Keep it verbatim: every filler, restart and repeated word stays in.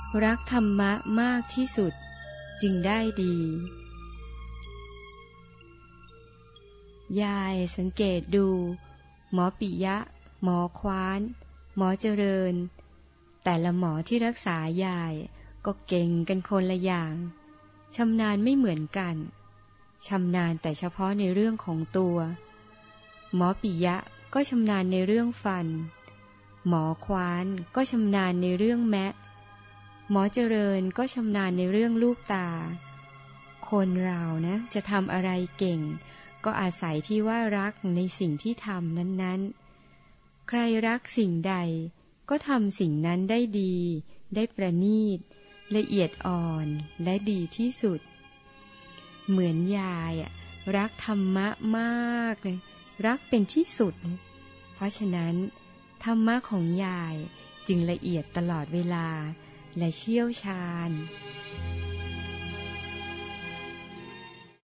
รักธรรมะมากที่สุดจึงได้ดียายสังเกตดูหมอปิยะหมอควานหมอเจริญแต่ละหมอที่รักษายายก็เก่งกันคนละอย่างชำนาญไม่เหมือนกันชำนาญแต่เฉพาะในเรื่องของตัวหมอปิยะก็ชำนาญในเรื่องฟันหมอควานก็ชำนาญในเรื่องแมะหมอเจริญก็ชำนาญในเรื่องลูกตาคนเรานะจะทำอะไรเก่งก็อาศัยที่ว่ารักในสิ่งที่ทำนั้นๆใครรักสิ่งใดก็ทำสิ่งนั้นได้ดีได้ประณีตละเอียดอ่อนและดีที่สุดเหมือนยายอะรักธรรมะมากเลยรักเป็นที่สุดเพราะฉะนั้นธรรมะของยายจึงละเอียดตลอดเวลาและเชี่ยวชาญ